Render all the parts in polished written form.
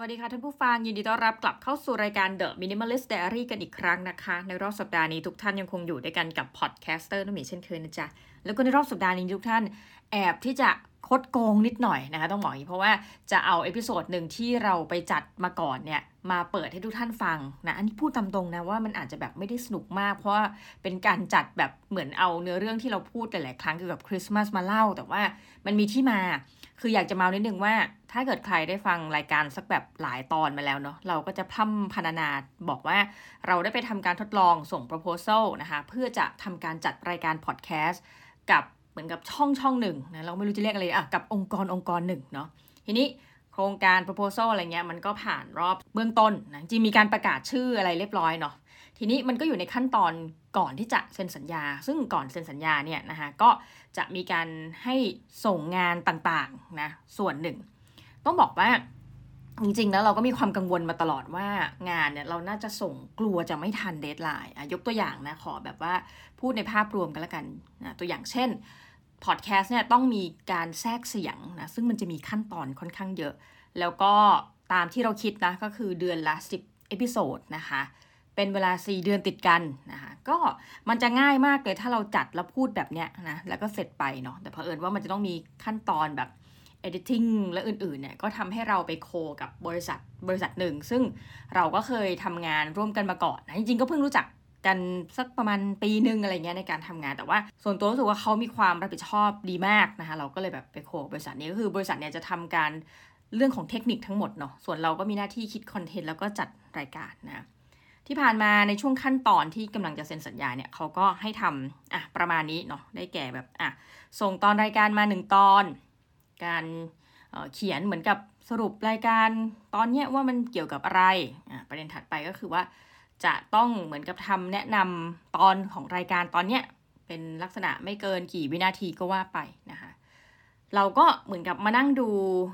วัสดีค่ะท่านผู้ฟังยินดีต้อนรับกลับเข้าสู่รายการ The Minimalist Diary กันอีกครั้งนะคะในรอบสัปดาห์นี้ทุกท่านยังคงอยู่ด้วยกันกับพอดแคสเตอร์น้ำหมีเช่นเคยนะจ๊ะแล้วก็ในรอบสัปดาห์นี้ทุกท่านแอบที่จะคดโกงนิดหน่อยนะคะต้องบอกอย่างนี้เพราะว่าจะเอาเอพิโซดหนึ่งที่เราไปจัดมาก่อนเนี่ยมาเปิดให้ทุกท่านฟังนะอันนี้พูดตามตรงนะว่ามันอาจจะแบบไม่ได้สนุกมากเพราะว่าเป็นการจัดแบบเหมือนเอาเนื้อเรื่องที่เราพูดหลายๆครั้งเกี่ยวกับคริสต์มาสมาเล่าแต่ว่ามันมีที่มาคืออยากจะเมานิดนึงว่าถ้าเกิดใครได้ฟังรายการสักแบบหลายตอนมาแล้วเนาะเราก็จะพร่ำพรรณนาบอกว่าเราได้ไปทำการทดลองส่ง proposal นะคะเพื่อจะทำการจัดรายการพอดแคสต์กับเหมือนกับช่องหนึ่งนะเราไม่รู้จะเรียกอะไรกับองค์กรหนึ่งเนาะทีนี้โครงการ proposal อะไรเงี้ยมันก็ผ่านรอบเบื้องต้นนะจริงมีการประกาศชื่ออะไรเรียบร้อยเนาะทีนี้มันก็อยู่ในขั้นตอนก่อนที่จะเซ็นสัญญาซึ่งก่อนเซ็นสัญญาเนี่ยนะคะก็จะมีการให้ส่งงานต่างๆนะส่วนหนึ่งต้องบอกว่าจริงๆแล้วเราก็มีความกังวลมาตลอดว่างานเนี่ยเราน่าจะส่งกลัวจะไม่ทันเดดไลน์ยกตัวอย่างนะขอแบบว่าพูดในภาพรวมกันแล้วกันนะตัวอย่างเช่นพอดแคสต์เนี่ยต้องมีการแทรกเสียงนะซึ่งมันจะมีขั้นตอนค่อนข้างเยอะแล้วก็ตามที่เราคิดนะก็คือเดือนละ10เอพิโซดนะคะเป็นเวลา4เดือนติดกันนะคะก็มันจะง่ายมากเลยถ้าเราจัดแล้วพูดแบบเนี้ยนะแล้วก็เสร็จไปเนาะแต่เผอิญว่ามันจะต้องมีขั้นตอนแบบ editing และอื่นๆเนี่ยก็ทำให้เราไปโคกับบริษัทหนึ่งซึ่งเราก็เคยทำงานร่วมกันมาก่อนนะจริงๆก็เพิ่งรู้จักกันสักประมาณปีนึงอะไรเงี้ยในการทำงานแต่ว่าส่วนตัวรู้สึกว่าเขามีความรับผิดชอบดีมากนะคะเราก็เลยแบบไปโคกับบริษัทนี้ก็คือบริษัทเนี่ยจะทำการเรื่องของเทคนิคทั้งหมดเนาะส่วนเราก็มีหน้าที่คิดคอนเทนต์แล้วก็จัดรายการนะที่ผ่านมาในช่วงขั้นตอนที่กำลังจะเซ็นสัญญาเนี่ยเขาก็ให้ทำประมาณนี้เนาะได้แก่แบบส่งตอนรายการมา1ตอนการเขียนเหมือนกับสรุปรายการตอนเนี้ยว่ามันเกี่ยวกับอะไรประเด็นถัดไปก็คือว่าจะต้องเหมือนกับทำแนะนำตอนของรายการตอนเนี้ยเป็นลักษณะไม่เกินกี่วินาทีก็ว่าไปนะคะเราก็เหมือนกับมานั่งดู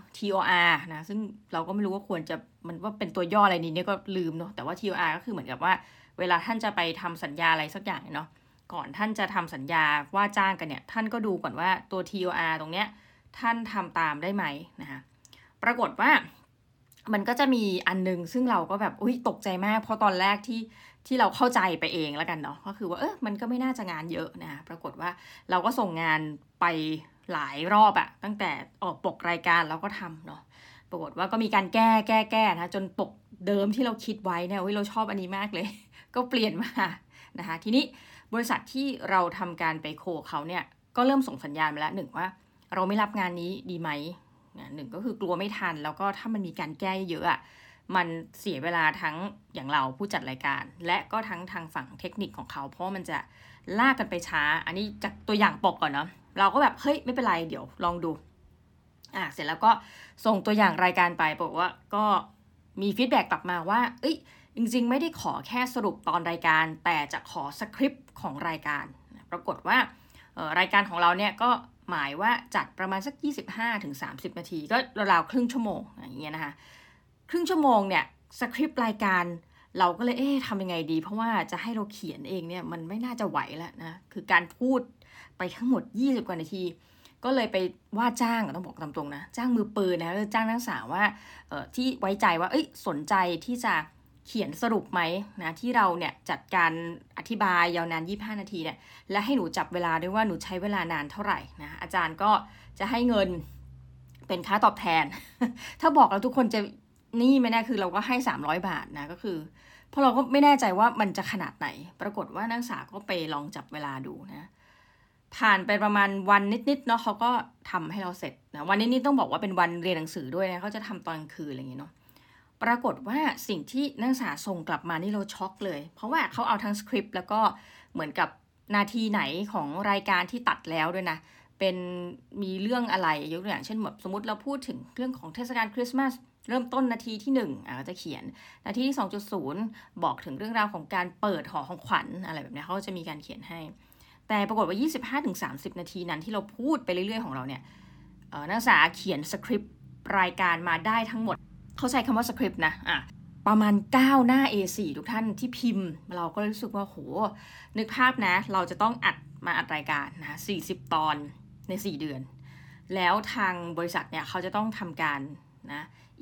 TOR นะซึ่งเราก็ไม่รู้ว่าควรจะมันว่าเป็นตัวย่ออะไรนี้เนี่ยก็ลืมเนาะแต่ว่า TOR ก็คือเหมือนกับว่าเวลาท่านจะไปทำสัญญาอะไรสักอย่างเนาะก่อนท่านจะทำสัญญาว่าจ้างกันเนี่ยท่านก็ดูก่อนว่าตัว TOR ตรงเนี้ยท่านทำตามได้ไหมนะคะปรากฏว่ามันก็จะมีอันนึงซึ่งเราก็แบบตกใจมากเพราะตอนแรกที่เราเข้าใจไปเองแล้วกันเนาะก็คือว่ามันก็ไม่น่าจะงานเยอะนะคะปรากฏว่าเราก็ส่งงานไปหลายรอบตั้งแต่ออกปกรายการเราก็ทำเนาะปรากฏว่าก็มีการแก้นะจนปกเดิมที่เราคิดไว้เนี่ยเราชอบอันนี้มากเลย ก็เปลี่ยนมานะคะทีนี้บริษัทที่เราทำการไปโคเขาเนี่ยก็เริ่มส่งสัญญาณมาแล้วหนึ่งว่าเราไม่รับงานนี้ดีไหมหนึ่งก็คือกลัวไม่ทันแล้วก็ถ้ามันมีการแก้เยอะมันเสียเวลาทั้งอย่างเราผู้จัดรายการและก็ทั้งทางฝั่งเทคนิคของเขาเพราะมันจะลากกันไปช้าอันนี้จากตัวอย่างปกก่อนเนาะเราก็แบบเฮ้ยไม่เป็นไรเดี๋ยวลองดูเสร็จแล้วก็ส่งตัวอย่างรายการไปบอกว่าก็มีฟีดแบ็กกลับมาว่าจริงๆไม่ได้ขอแค่สรุปตอนรายการแต่จะขอสคริปต์ของรายการปรากฏว่ารายการของเราเนี่ยก็หมายว่าจัดประมาณสัก 25-30 นาทีก็ราวๆครึ่งชั่วโมงอย่างเงี้ยนะคะครึ่งชั่วโมงเนี่ยสคริปต์รายการเราก็เลยทำยังไงดีเพราะว่าจะให้เราเขียนเองเนี่ยมันไม่น่าจะไหวแล้วนะคือการพูดไปทั้งหมด20 กว่านาทีก็เลยไปว่าจ้างต้องบอกตามตรงนะจ้างมือปืนนะจ้างนักศึกษาว่าที่ไว้ใจว่าสนใจที่จะเขียนสรุปไหมนะที่เราเนี่ยจัดการอธิบายยาวนาน25 นาทีเนี่ยและให้หนูจับเวลาด้วยว่าหนูใช้เวลานานเท่าไหร่นะอาจารย์ก็จะให้เงินเป็นค่าตอบแทน ถ้าบอกแล้วทุกคนจะนี่ไม่แน่คือเราก็ให้300 บาทนะก็คือเพราะเราก็ไม่แน่ใจว่ามันจะขนาดไหนปรากฏว่านักศึกษาก็ไปลองจับเวลาดูนะผ่านไปประมาณวันนิดๆเนาะเขาก็ทำให้เราเสร็จนะวันนิดๆต้องบอกว่าเป็นวันเรียนหนังสือด้วยนะเขาจะทำตอนกลางคืนอะไรอย่างเงี้ยเนาะปรากฏว่าสิ่งที่นักศึกษาส่งกลับมานี่เราช็อกเลยเพราะว่าเขาเอาทั้งสคริปต์แล้วก็เหมือนกับนาทีไหนของรายการที่ตัดแล้วด้วยนะเป็นมีเรื่องอะไรยกตัวอย่างเช่นแบบสมมติเราพูดถึงเรื่องของเทศกาลคริสต์มาสเริ่มต้นนาทีที่1ก็จะเขียนนาทีที่ 2.0 บอกถึงเรื่องราวของการเปิดห่อของขวัญอะไรแบบนี้เขาจะมีการเขียนให้แต่ปรากฏว่า 25-30 นาทีนั้นที่เราพูดไปเรื่อยๆของเราเนี่ยนักศึกษาเขียนสคริปต์รายการมาได้ทั้งหมดเขาใช้คำว่าสคริปต์นะประมาณ9 หน้า A4 ทุกท่านที่พิมพ์เราก็รู้สึกว่าโหนึกภาพนะเราจะต้องอัดรายการนะ40 ตอนใน4 เดือนแล้วทางบริษัทเนี่ยเขาจะต้องทำการนะ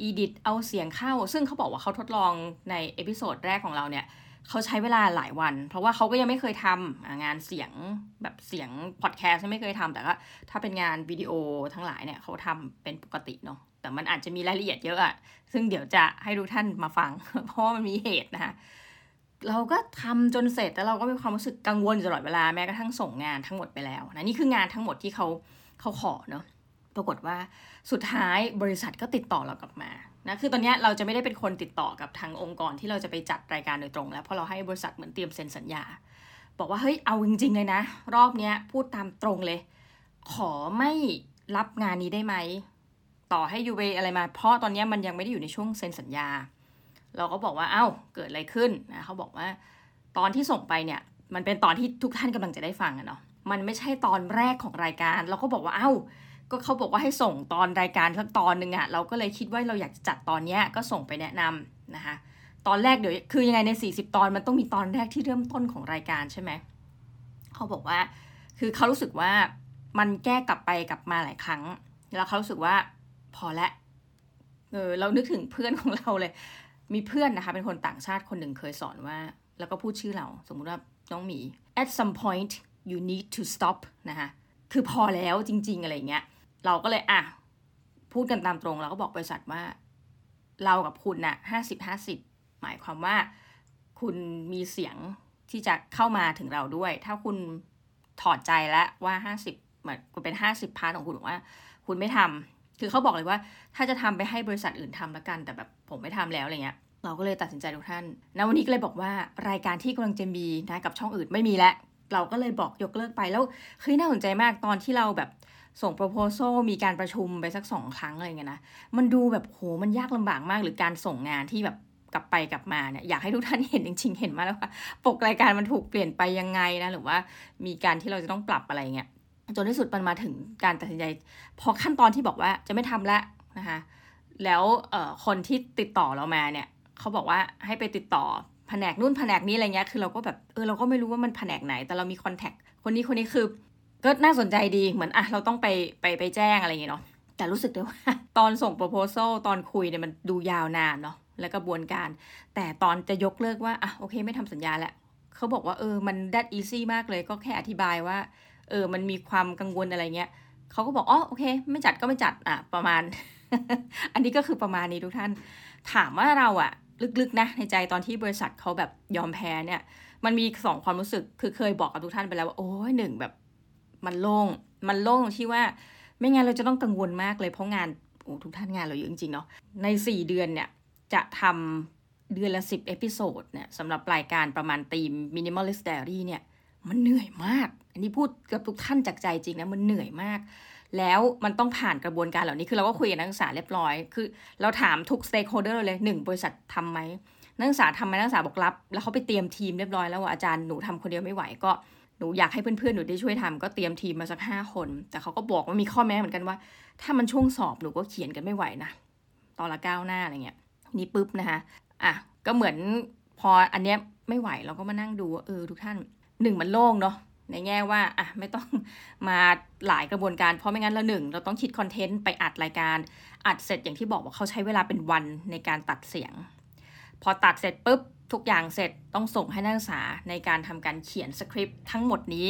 อีดิทเอาเสียงเข้าซึ่งเขาบอกว่าเขาทดลองในเอพิโซดแรกของเราเนี่ยเขาใช้เวลาหลายวันเพราะว่าเขาก็ยังไม่เคยทำงานเสียงแบบเสียงพอดแคสต์ไม่เคยทำแต่ก็ถ้าเป็นงานวิดีโอทั้งหลายเนี่ยเขาทำเป็นปกติเนาะแต่มันอาจจะมีรายละเอียดเยอะอะซึ่งเดี๋ยวจะให้ทุกท่านมาฟัง เพราะว่ามันมีเหตุนะคะเราก็ทำจนเสร็จแล้วเราก็มีความรู้สึกกังวลตลอดเวลาแม้กระทั่งส่งงานทั้งหมดไปแล้วนะนี่คืองานทั้งหมดที่เขาขอเนาะปรากฏว่าสุดท้ายบริษัทก็ติดต่อเรากลับมานะคือตอนนี้เราจะไม่ได้เป็นคนติดต่อกับทางองค์กรที่เราจะไปจัดรายการโดยตรงแล้วเพราะเราให้บริษัทเหมือนเตรียมเซ็นสัญญาบอกว่าเฮ้ยเอาจริงๆเลยนะรอบนี้พูดตามตรงเลยขอไม่รับงานนี้ได้ไหมต่อให้ยูไปอะไรมาเพราะตอนนี้มันยังไม่ได้อยู่ในช่วงเซ็นสัญญาเราก็บอกว่าเอ้าเกิดอะไรขึ้นนะเขาบอกว่าตอนที่ส่งไปเนี่ยมันเป็นตอนที่ทุกท่านกำลังจะได้ฟังอะเนาะมันไม่ใช่ตอนแรกของรายการเราก็บอกว่าเอ้าก็เขาบอกว่าให้ส่งตอนรายการสักตอนนึงอะเราก็เลยคิดว่าเราอยากจะจัดตอนนี้ก็ส่งไปแนะนำนะคะตอนแรกเดี๋ยวคือยังไงใน40ตอนมันต้องมีตอนแรกที่เริ่มต้นของรายการใช่ไหมเขาบอกว่าคือเขารู้สึกว่ามันแก้กลับไปกลับมาหลายครั้งแล้วเขารู้สึกว่าพอละเรานึกถึงเพื่อนของเราเลยมีเพื่อนนะคะเป็นคนต่างชาติคนหนึ่งเคยสอนว่าแล้วก็พูดชื่อเราสมมุติว่าน้องหมี at some point you need to stop นะคะคือพอแล้วจริงๆอะไรเงี้ยเราก็เลยพูดกันตามตรงเราก็บอกบริษัทว่าเรากับคุณน่ะ50-50หมายความว่าคุณมีเสียงที่จะเข้ามาถึงเราด้วยถ้าคุณถอดใจแล้วว่า50เหมือนเป็น50พาร์ทของคุณบอกว่าคุณไม่ทำคือเขาบอกเลยว่าถ้าจะทำไปให้บริษัทอื่นทำแล้วกันแต่แบบผมไม่ทำแล้วอะไรเงี้ยเราก็เลยตัดสินใจทุกท่านนะวันนี้ก็เลยบอกว่ารายการที่กำลังจะมีนะกับช่องอื่นไม่มีแล้วเราก็เลยบอกยกเลิกไปแล้วคือน่าสนใจมากตอนที่เราแบบส่ง proposal มีการประชุมไปสัก2ครั้งอะไรเงี้ยนะมันดูแบบโหมันยากลำบากมากหรือการส่งงานที่แบบกลับไปกลับมาเนี่ยอยากให้ทุกท่านเห็นจริงๆเห็นมาแล้วว่าปกรายการมันถูกเปลี่ยนไปยังไงนะหรือว่ามีการที่เราจะต้องปรับอะไรเงี้ยจนที่สุดมันมาถึงการตัดสินใจพอขั้นตอนที่บอกว่าจะไม่ทำแล้วนะคะแล้วคนที่ติดต่อเรามาเนี่ยเขาบอกว่าให้ไปติดต่อแผนกนู่นแผนกนี้อะไรเงี้ยคือเราก็แบบเราก็ไม่รู้ว่ามันแผนกไหนแต่เรามีคอนแทคคนนี้คือก็น่าสนใจดีเหมือนเราต้องไปแจ้งอะไรอย่างเงี้ยเนาะแต่รู้สึกได้ว่าตอนส่ง proposal ตอนคุยเนี่ยมันดูยาวนานเนาะและกระบวนการแต่ตอนจะยกเลิกว่าโอเคไม่ทำสัญญาแล้วเขาบอกว่ามัน that easy มากเลยก็แค่อธิบายว่ามันมีความกังวลอะไรเงี้ยเขาก็บอกโอเคไม่จัดก็ไม่จัดประมาณ อันนี้ก็คือประมาณนี้ทุกท่านถามว่าเราลึกๆนะในใจตอนที่บริษัทเขาแบบยอมแพ้เนี่ยมันมี2ความรู้สึกคือเคยบอกกับทุกท่านไปแล้วว่าโอ้ย1แบบมันโล่งที่ว่าไม่งั้นเราจะต้องกังวลมากเลยเพราะงานทุกท่านงานเราเยอะจริงๆเนาะใน4เดือนเนี่ยจะทำเดือนละ10เอพิโซดเนี่ยสำหรับรายการประมาณธีม Minimalist Diary เนี่ยมันเหนื่อยมากอันนี้พูดกับทุกท่านจากใจจริงนะมันเหนื่อยมากแล้วมันต้องผ่านกระบวนการเหล่านี้คือเราก็คุยกับนักศึกษาเรียบร้อยคือเราถามทุก stakeholder เลย1บริษัททำไหมนักศึกษาทำไหมนักศึกษาบอกรับแล้วเขาไปเตรียมทีมเรียบร้อยแล้วว่าอาจารย์หนูทำคนเดียวไม่ไหวก็หนูอยากให้เพื่อนๆหนูได้ช่วยทำก็เตรียมทีมมาสัก5คนแต่เขาก็บอกว่ามีข้อแม้เหมือนกันว่าถ้ามันช่วงสอบหนูก็เขียนกันไม่ไหวนะตอนละ9หน้าอะไรเงี้ยนี่ปุ๊บนะคะก็เหมือนพออันเนี้ยไม่ไหวเราก็มานั่งดูว่าทุกท่าน1มันโล่งเนาะในแง่ว่าไม่ต้องมาหลายกระบวนการเพราะไม่งั้นเราต้องคิดคอนเทนต์ไปอัดรายการอัดเสร็จอย่างที่บอกว่าเขาใช้เวลาเป็นวันในการตัดเสียงพอตัดเสร็จปุ๊บทุกอย่างเสร็จต้องส่งให้นักศึกษาในการทำการเขียนสคริปต์ทั้งหมดนี้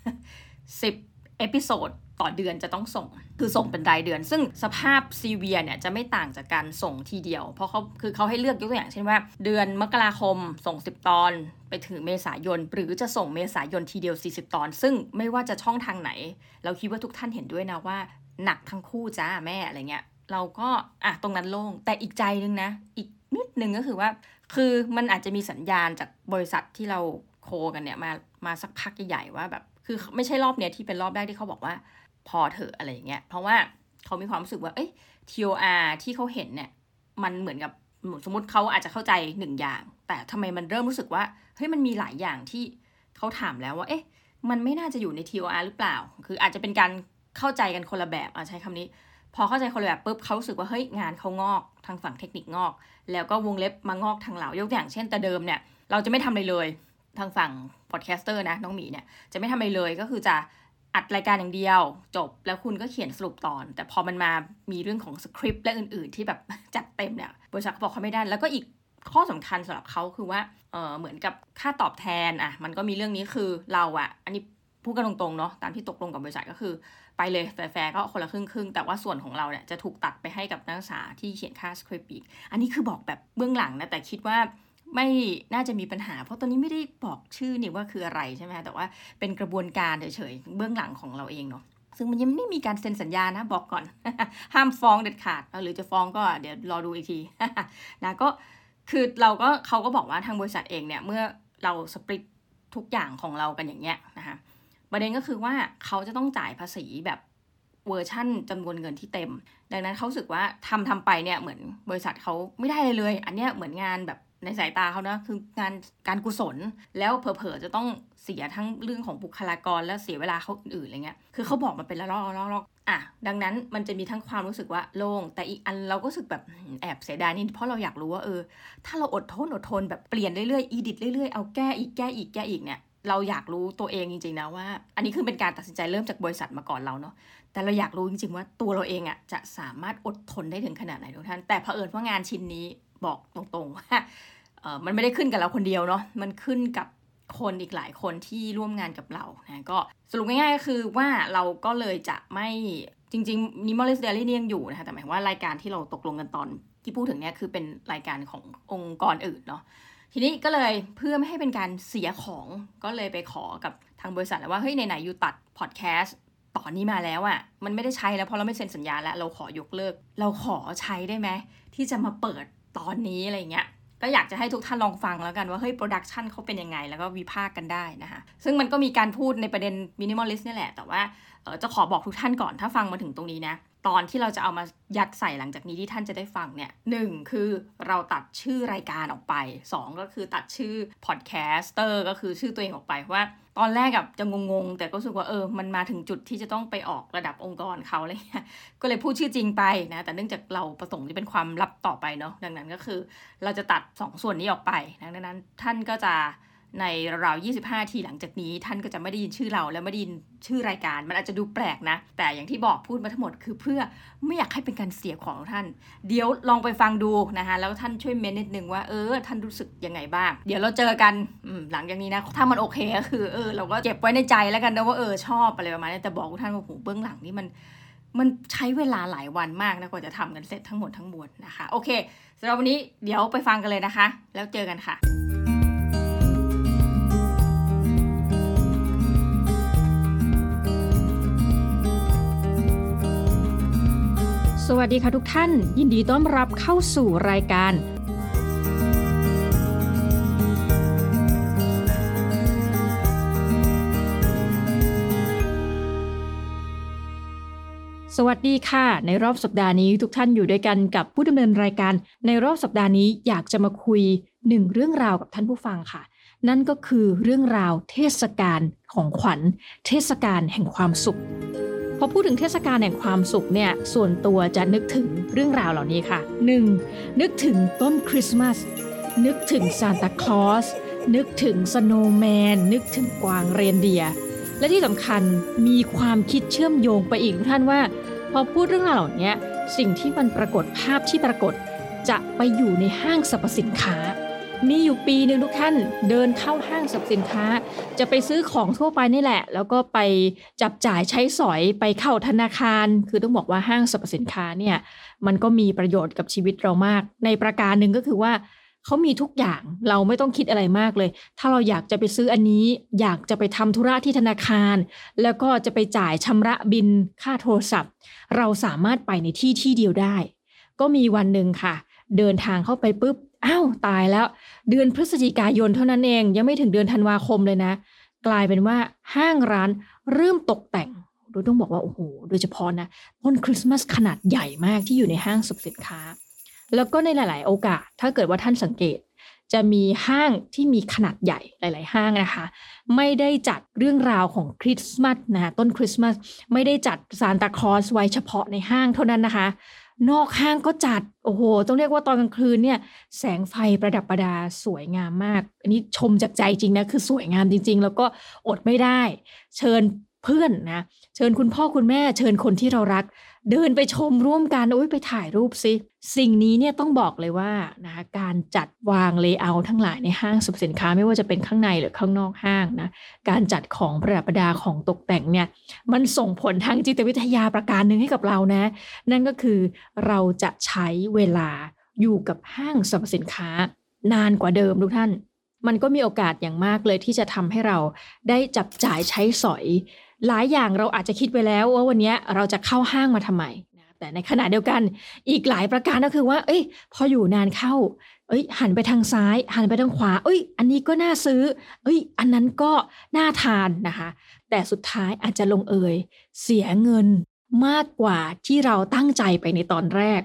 10 เอพิโซดต่อเดือนจะต้องส่งคือส่งเป็นรายเดือนซึ่งสภาพซีเวียเนี่ยจะไม่ต่างจากการส่งทีเดียวเพราะเขาให้เลือกยกตัวอย่างเช่นว่าเดือนมกราคมส่ง10ตอนไปถึงเมษายนหรือจะส่งเมษายนทีเดียว40ตอนซึ่งไม่ว่าจะช่องทางไหนเราคิดว่าทุกท่านเห็นด้วยนะว่าหนักทั้งคู่จ้าแม่อะไรเงี้ยเราก็ตรงนั้นโล่งแต่อีกใจนึงนะอีกนิดนึงก็คือว่าคือมันอาจจะมีสัญญาณจากบริษัทที่เราโคกันเนี่ยมาสักพักใหญ่ๆว่าแบบคือไม่ใช่รอบเนี้ยที่เป็นรอบแรกที่เขาบอกว่าพอเถอะอะไรอย่างเงี้ยเพราะว่าเขามีความรู้สึกว่าTOR ที่เขาเห็นเนี่ยมันเหมือนกับสมมติเขาอาจจะเข้าใจ1อย่างแต่ทำไมมันเริ่มรู้สึกว่าเฮ้ยมันมีหลายอย่างที่เขาถามแล้วว่ามันไม่น่าจะอยู่ใน TOR หรือเปล่าคืออาจจะเป็นการเข้าใจกันคนละแบบใช้คำนี้พอเข้าใจคนละแบบปุ๊บเขารู้สึกว่าเฮ้ยงานเขางอกทางฝั่งเทคนิคงอกแล้วก็วงเล็บมางอกทางเรายกตัวอย่างเช่นแต่เดิมเนี่ยเราจะไม่ทำอะไรเลยทางฝั่งพอดแคสเตอร์นะน้องหมีเนี่ยจะไม่ทำอะไรเลยก็คือจะอัดรายการอย่างเดียวจบแล้วคุณก็เขียนสรุปตอนแต่พอมันมามีเรื่องของสคริปต์และอื่นๆที่แบบจัดเต็มเนี่ยบริษัทเขาบอกเขาไม่ได้แล้วก็อีกข้อสำคัญสำหรับเขาคือว่าเหมือนกับค่าตอบแทนมันก็มีเรื่องนี้คือเราอันนี้พูดกันตรงๆเนาะตามที่ตกลงกับบริษัทก็คือไปเลยแฟร์ๆก็คนละครึ่งๆแต่ว่าส่วนของเราเนี่ยจะถูกตัดไปให้กับนักศึกษาที่เขียนค่าสคริปต์อีกอันนี้คือบอกแบบเบื้องหลังนะแต่คิดว่าไม่น่าจะมีปัญหาเพราะตอนนี้ไม่ได้บอกชื่อนี่ว่าคืออะไรใช่ไหมแต่ว่าเป็นกระบวนการเฉยๆเบื้องหลังของเราเองเนาะซึ่งมันยังไม่มีการเซ็นสัญญานะบอกก่อน ห้ามฟ้องเด็ดขาดหรือจะฟ้องก็เดี๋ยวรอดูอีกที นะก็คือเขาก็บอกว่าทางบริษัทเองเนี่ยเมื่อเราสปริตทุกอย่างของเรากันอย่างเงี้ยนะคะประเด็นก็คือว่าเขาจะต้องจ่ายภาษีแบบเวอร์ชั่นจำนวนเงินที่เต็มดังนั้นเขาสึกว่าทำไปเนี่ยเหมือนบริษัทเขาไม่ได้เลยอันเนี้ยเหมือนงานแบบในสายตาเขานะคืองานการกุศลแล้วเผลอๆจะต้องเสียทั้งเรื่องของบุคลากรและเสียเวลาเขาอื่นๆอะไรเงี้ยคือเขาบอกมาเป็นละลอกดังนั้นมันจะมีทั้งความรู้สึกว่าโล่งแต่อีกอันเราก็รู้สึกแบบแอบเสียดายนี่เพราะเราอยากรู้ว่าถ้าเราอดทนแบบเปลี่ยนเรื่อยๆอีดิทเรื่อยๆเอาแก้อีกเนี่ยเราอยากรู้ตัวเองจริงๆนะว่าอันนี้คือเป็นการตัดสินใจเริ่มจากบริษัทมาก่อนเราเนาะแต่เราอยากรู้จริงๆว่าตัวเราเองจะสามารถอดทนได้ถึงขนาดไหนทุกท่านแต่เผอิญว่างานชิ้นนี้บอกตรงๆว่ามันไม่ได้ขึ้นกับเราคนเดียวเนาะมันขึ้นกับคนอีกหลายคนที่ร่วมงานกับเรานะก็สรุปง่ายๆก็คือว่าเราก็เลยจะไม่จริงๆ Minimalist Diary นี่ยังอยู่นะคะแต่หมายว่ารายการที่เราตกลงกันตอนที่พูดถึงเนี่ยคือเป็นรายการขององค์กรอื่นเนาะทีนี้ก็เลยเพื่อไม่ให้เป็นการเสียของก็เลยไปขอกับทางบริษัทแล้วว่าเฮ้ยไหนๆอยู่ตัดพอดแคสต์ตอนนี้มาแล้วมันไม่ได้ใช้แล้วเพราะเราไม่เซ็นสัญญาแล้วเราขอยกเลิกเราขอใช้ได้ไหมที่จะมาเปิดตอนนี้อะไรเงี้ยก็อยากจะให้ทุกท่านลองฟังแล้วกันว่าเฮ้ยโปรดักชันเขาเป็นยังไงแล้วก็วิพากษ์กันได้นะคะซึ่งมันก็มีการพูดในประเด็น minimalist นี่แหละแต่ว่าจะขอบอกทุกท่านก่อนถ้าฟังมาถึงตรงนี้นะตอนที่เราจะเอามายัดใส่หลังจากนี้ที่ท่านจะได้ฟังเนี่ย1คือเราตัดชื่อรายการออกไป2ก็คือตัดชื่อพอดแคสเตอร์ก็คือชื่อตัวเองออกไปว่าตอนแรกจะงงๆแต่ก็รู้สึกว่ามันมาถึงจุดที่จะต้องไปออกระดับองค์กรเขาอะไรเงี้ยก็เลยพูดชื่อจริงไปนะแต่เนื่องจากเราประสงค์จะเป็นความลับต่อไปเนาะดังนั้นก็คือเราจะตัด2ส่วนนี้ออกไปดังนั้นท่านก็จะในราว25 ทีหลังจากนี้ท่านก็จะไม่ได้ยินชื่อเราและไม่ได้ยินชื่อรายการมันอาจจะดูแปลกนะแต่อย่างที่บอกพูดมาทั้งหมดคือเพื่อไม่อยากให้เป็นการเสียของท่านเดี๋ยวลองไปฟังดูนะคะแล้วท่านช่วยเมนนิดนึงว่าท่านรู้สึกยังไงบ้างเดี๋ยวเราเจอกันหลังจากนี้นะถ้ามันโอเคก็คือเราก็เก็บไว้ในใจแล้วกันนะว่าชอบอะไรประมาณนี้แต่บอกท่านว่าเบื้องหลังนี่มันใช้เวลาหลายวันมากนะกว่าจะทำกันเสร็จทั้งหมดทั้งมวลนะคะโอเคสำหรับวันนี้เดี๋ยวไปฟังกันเลยนะคะแล้วเจอกันค่ะสวัสดีค่ะทุกท่านยินดีต้อนรับเข้าสู่รายการสวัสดีค่ะในรอบสัปดาห์นี้ทุกท่านอยู่ด้วยกันกับผู้ดำเนินรายการในรอบสัปดาห์นี้อยากจะมาคุย1เรื่องราวกับท่านผู้ฟังค่ะนั่นก็คือเรื่องราวเทศกาลของขวัญเทศกาลแห่งความสุขพอพูดถึงเทศกาลแห่งความสุขเนี่ยส่วนตัวจะนึกถึงเรื่องราวเหล่านี้ค่ะ 1. นึกถึงต้นคริสต์มาสนึกถึงซานตาคลอสนึกถึงสโนว์แมนนึกถึงกวางเรนเดียร์และที่สำคัญมีความคิดเชื่อมโยงไปอีกทุกท่านว่าพอพูดเรื่องราวเหล่านี้สิ่งที่มันปรากฏภาพที่ปรากฏจะไปอยู่ในห้างสรรพสินค้ามีอยู่ปีนึงทุกท่านเดินเข้าห้างสรรพสินค้าจะไปซื้อของทั่วไปนี่แหละแล้วก็ไปจับจ่ายใช้สอยไปเข้าธนาคารคือต้องบอกว่าห้างสรรพสินค้าเนี่ยมันก็มีประโยชน์กับชีวิตเรามากในประการหนึ่งก็คือว่าเขามีทุกอย่างเราไม่ต้องคิดอะไรมากเลยถ้าเราอยากจะไปซื้ออันนี้อยากจะไปทำธุระที่ธนาคารแล้วก็จะไปจ่ายชำระบิลค่าโทรศัพท์เราสามารถไปในที่เดียวได้ก็มีวันหนึ่งค่ะเดินทางเข้าไปปุ๊บอ้าวตายแล้วเดือนพฤศจิกายนเท่านั้นเองยังไม่ถึงเดือนธันวาคมเลยนะกลายเป็นว่าห้างร้านเริ่มตกแต่งโดยต้องบอกว่าโอ้โหโดยเฉพาะนะต้นคริสต์มาสขนาดใหญ่มากที่อยู่ในห้างสรรพสินค้าแล้วก็ในหลายๆโอกาสถ้าเกิดว่าท่านสังเกตจะมีห้างที่มีขนาดใหญ่หลายๆห้างนะคะไม่ได้จัดเรื่องราวของคริสต์มาสนะต้นคริสต์มาสไม่ได้จัดซานตาคลอสไว้เฉพาะในห้างเท่านั้นนะคะนอกห้างก็จัดโอ้โหต้องเรียกว่าตอนกลางคืนเนี่ยแสงไฟประดับประดาสวยงามมากอันนี้ชมจากใจจริงนะคือสวยงามจริงๆแล้วก็อดไม่ได้เชิญเพื่อนนะเชิญคุณพ่อคุณแม่เชิญคนที่เรารักเดินไปชมร่วมกันไปถ่ายรูปสิสิ่งนี้เนี่ยต้องบอกเลยว่านะคะการจัดวางเลเยอร์ทั้งหลายในห้างสรรพสินค้าไม่ว่าจะเป็นข้างในหรือข้างนอกห้างนะการจัดของประดับประดาของตกแต่งเนี่ยมันส่งผลทางจิตวิทยาประการหนึ่งให้กับเรานะนั่นก็คือเราจะใช้เวลาอยู่กับห้างสรรพสินค้านานกว่าเดิมทุกท่านมันก็มีโอกาสอย่างมากเลยที่จะทำให้เราได้จับจ่ายใช้สอยหลายอย่างเราอาจจะคิดไว้แล้วว่าวันนี้เราจะเข้าห้างมาทำไมนะแต่ในขณะเดียวกันอีกหลายประการก็คือว่าพออยู่นานเข้าหันไปทางซ้ายหันไปทางขวาอันนี้ก็น่าซื้ออันนั้นก็น่าทานนะคะแต่สุดท้ายอาจจะลงเอยเสียเงินมากกว่าที่เราตั้งใจไปในตอนแรก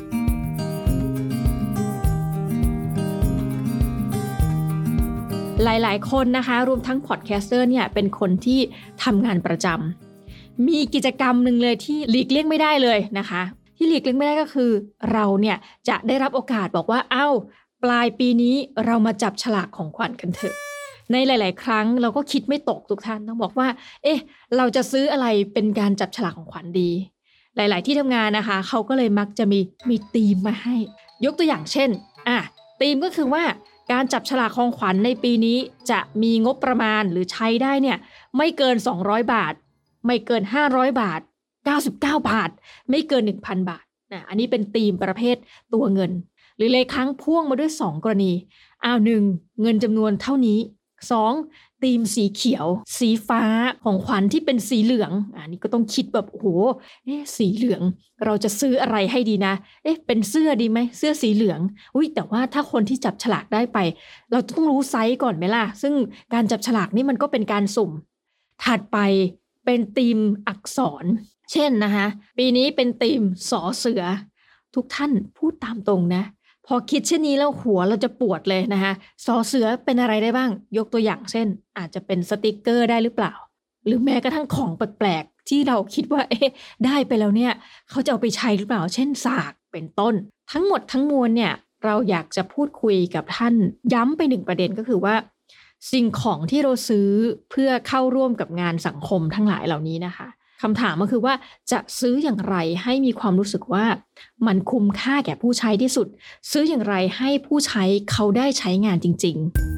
หลายๆคนนะคะรวมทั้งพอดแคสเตอร์เนี่ยเป็นคนที่ทำงานประจำมีกิจกรรมหนึ่งเลยที่หลีกเลี่ยงไม่ได้เลยนะคะที่หลีกเลี่ยงไม่ได้ก็คือเราเนี่ยจะได้รับโอกาสบอกว่าปลายปีนี้เรามาจับฉลากของขวัญกันเถอะในหลายๆครั้งเราก็คิดไม่ตกทุกท่านต้องบอกว่าเราจะซื้ออะไรเป็นการจับฉลากของขวัญดีหลายๆที่ทำงานนะคะเขาก็เลยมักจะมีธีมมาให้ยกตัวอย่างเช่นธีมก็คือว่าการจับฉลากของขวัญในปีนี้จะมีงบประมาณหรือใช้ได้เนี่ยไม่เกิน200 บาทไม่เกิน500 บาท99 บาทไม่เกิน 1,000 บาทอันนี้เป็นธีมประเภทตัวเงินหรือเลยครั้งพ่วงมาด้วย2กรณี1เงินจำนวนเท่านี้2ธีมสีเขียวสีฟ้าของขวัญที่เป็นสีเหลืองนี่ก็ต้องคิดแบบโอ้โหสีเหลืองเราจะซื้ออะไรให้ดีนะเป็นเสื้อดีไหมเสื้อสีเหลืองแต่ว่าถ้าคนที่จับฉลากได้ไปเราต้องรู้ไซส์ก่อนไหมล่ะซึ่งการจับฉลากนี่มันก็เป็นการสุ่มถัดไปเป็นธีมอักษรเช่นนะคะปีนี้เป็นธีมสอเสือทุกท่านพูดตามตรงนะพอคิดเช่นนี้แล้วหัวเราจะปวดเลยนะคะสอเสือเป็นอะไรได้บ้างยกตัวอย่างเช่นอาจจะเป็นสติกเกอร์ได้หรือเปล่าหรือแม้กระทั่งของแปลกๆที่เราคิดว่าได้ไปแล้วเนี่ยเขาจะเอาไปใช้หรือเปล่าเช่นสากเป็นต้นทั้งหมดทั้งมวลเนี่ยเราอยากจะพูดคุยกับท่านย้ำไป1ประเด็นก็คือว่าสิ่งของที่เราซื้อเพื่อเข้าร่วมกับงานสังคมทั้งหลายเหล่านี้นะคะคำถามก็คือว่าจะซื้ออย่างไรให้มีความรู้สึกว่ามันคุ้มค่าแก่ผู้ใช้ที่สุดซื้ออย่างไรให้ผู้ใช้เขาได้ใช้งานจริง